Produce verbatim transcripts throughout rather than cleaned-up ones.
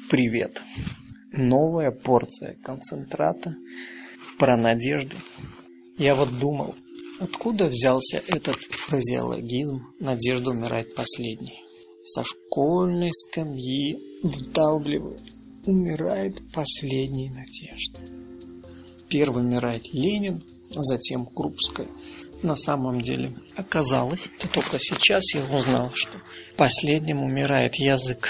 Привет! Новая порция концентрата про надежду. Я вот думал, откуда взялся этот фразеологизм «надежда умирает последней». Со школьной скамьи вдалбливают «умирает последняя надежда». Первый умирает Ленин, затем Крупская. На самом деле оказалось, что только сейчас я узнал, что последним умирает язык.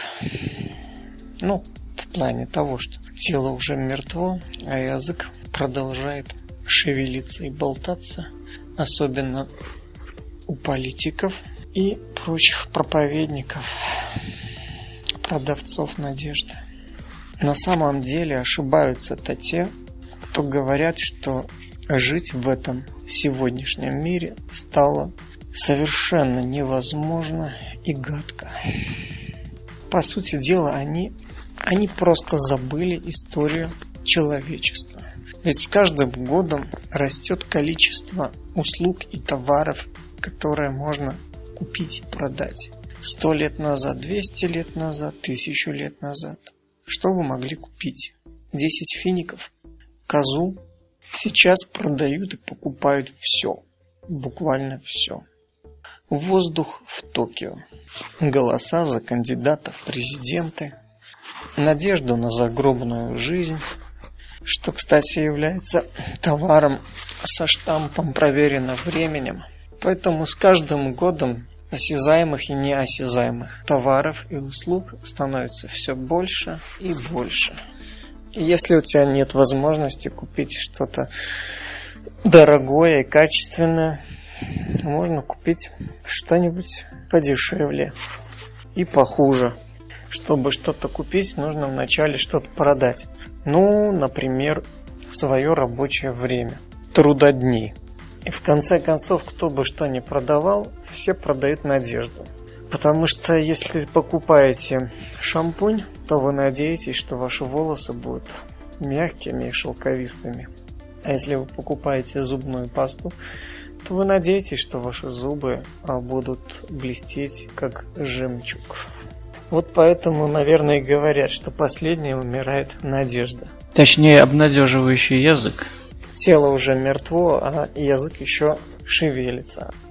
Ну, в плане того, что тело уже мертво, а язык продолжает шевелиться и болтаться, особенно у политиков и прочих проповедников, продавцов надежды. На самом деле ошибаются-то те, кто говорят, что жить в этом сегодняшнем мире стало совершенно невозможно и гадко. По сути дела, они, они просто забыли историю человечества. Ведь с каждым годом растет количество услуг и товаров, которые можно купить и продать. Сто лет назад, двести лет назад, тысячу лет назад. Что вы могли купить? Десять фиников? Козу? Сейчас продают и покупают все. Буквально все. Воздух в Токио. Голоса за кандидатов в президенты. Надежду на загробную жизнь. Что, кстати, является товаром со штампом «проверено временем». Поэтому с каждым годом осязаемых и неосязаемых товаров и услуг становится все больше и больше. И если у тебя нет возможности купить что-то дорогое и качественное, можно купить что-нибудь подешевле и похуже. Чтобы что-то купить, нужно вначале что-то продать. Ну, например, свое рабочее время, трудодни. И в конце концов, кто бы что ни продавал, все продают надежду. Потому что если покупаете шампунь, то вы надеетесь, что ваши волосы будут мягкими и шелковистыми. А если вы покупаете зубную пасту, то вы надеетесь, что ваши зубы будут блестеть, как жемчуг. Вот поэтому, наверное, и говорят, что последней умирает надежда. Точнее, обнадеживающий язык. Тело уже мертво, а язык еще шевелится.